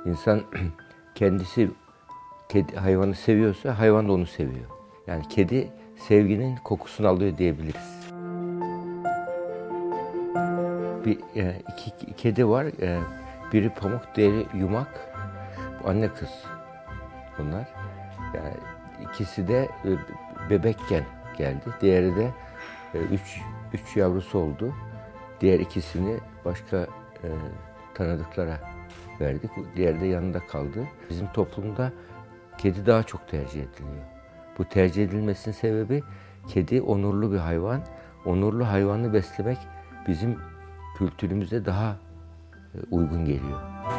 İnsan kendisi hayvanı seviyorsa hayvan da onu seviyor. Yani kedi sevginin kokusunu alıyor diyebiliriz. İki kedi var. Biri pamuk, diğeri yumak. Bu anne kız bunlar. Yani ikisi de bebekken geldi. Diğeri de üç yavrusu oldu. Diğer ikisini başka tanıdıklara verdik. Diğeri de yanında kaldı. Bizim toplumda kedi daha çok tercih ediliyor. Bu tercih edilmesinin sebebi kedi onurlu bir hayvan. Onurlu hayvanı beslemek bizim kültürümüze daha uygun geliyor.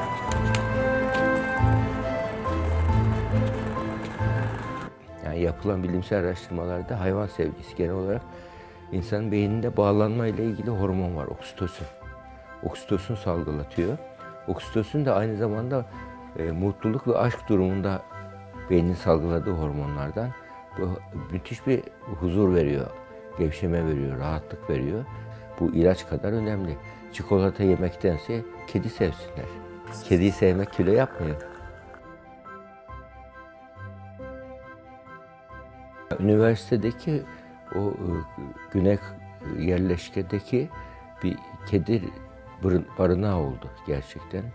Yani yapılan bilimsel araştırmalarda hayvan sevgisi genel olarak insanın beyninde bağlanma ile ilgili hormon var, oksitosin. Oksitosin salgılatıyor. Oksitosin de aynı zamanda mutluluk ve aşk durumunda beynin salgıladığı hormonlardan. Bu müthiş bir huzur veriyor, gevşeme veriyor, rahatlık veriyor. Bu ilaç kadar önemli. Çikolata yemektense kedi sevsinler. Kediyi sevmek kilo yapmıyor. Üniversitedeki o güney yerleşkedeki bir kedi barınağı oldu gerçekten.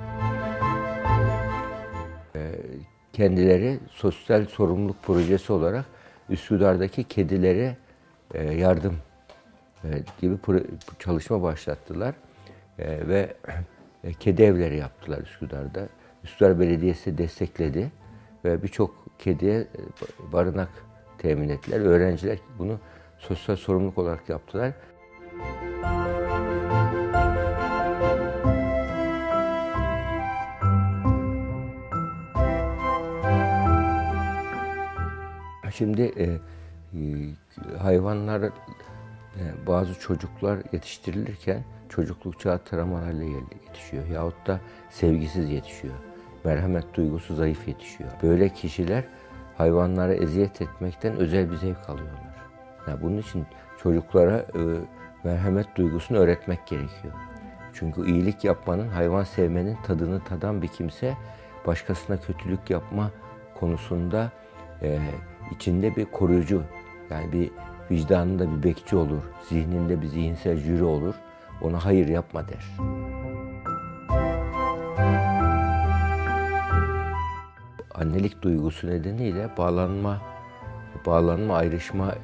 Kendileri sosyal sorumluluk projesi olarak Üsküdar'daki kedilere yardım gibi çalışma başlattılar ve kedi evleri yaptılar Üsküdar'da. Üsküdar Belediyesi destekledi ve birçok kediye barınak temin ettiler. Öğrenciler bunu sosyal sorumluluk olarak yaptılar. Şimdi hayvanlar, bazı çocuklar yetiştirilirken çocukluk çağı travmalarla yetişiyor. Yahut da sevgisiz yetişiyor. Merhamet duygusu zayıf yetişiyor. Böyle kişiler hayvanlara eziyet etmekten özel bir zevk alıyorlar. Yani bunun için çocuklara merhamet duygusunu öğretmek gerekiyor. Çünkü iyilik yapmanın, hayvan sevmenin tadını tadan bir kimse başkasına kötülük yapma konusunda içinde bir koruyucu, yani bir vicdanında bir bekçi olur, zihninde bir zihinsel jüri olur, ona hayır yapma der. Annelik duygusu nedeniyle bağlanma, ayrışma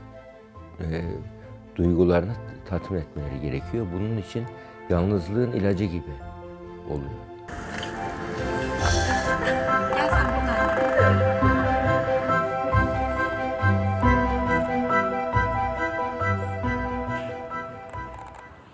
duygularını tatmin etmeleri gerekiyor. Bunun için yalnızlığın ilacı gibi oluyor.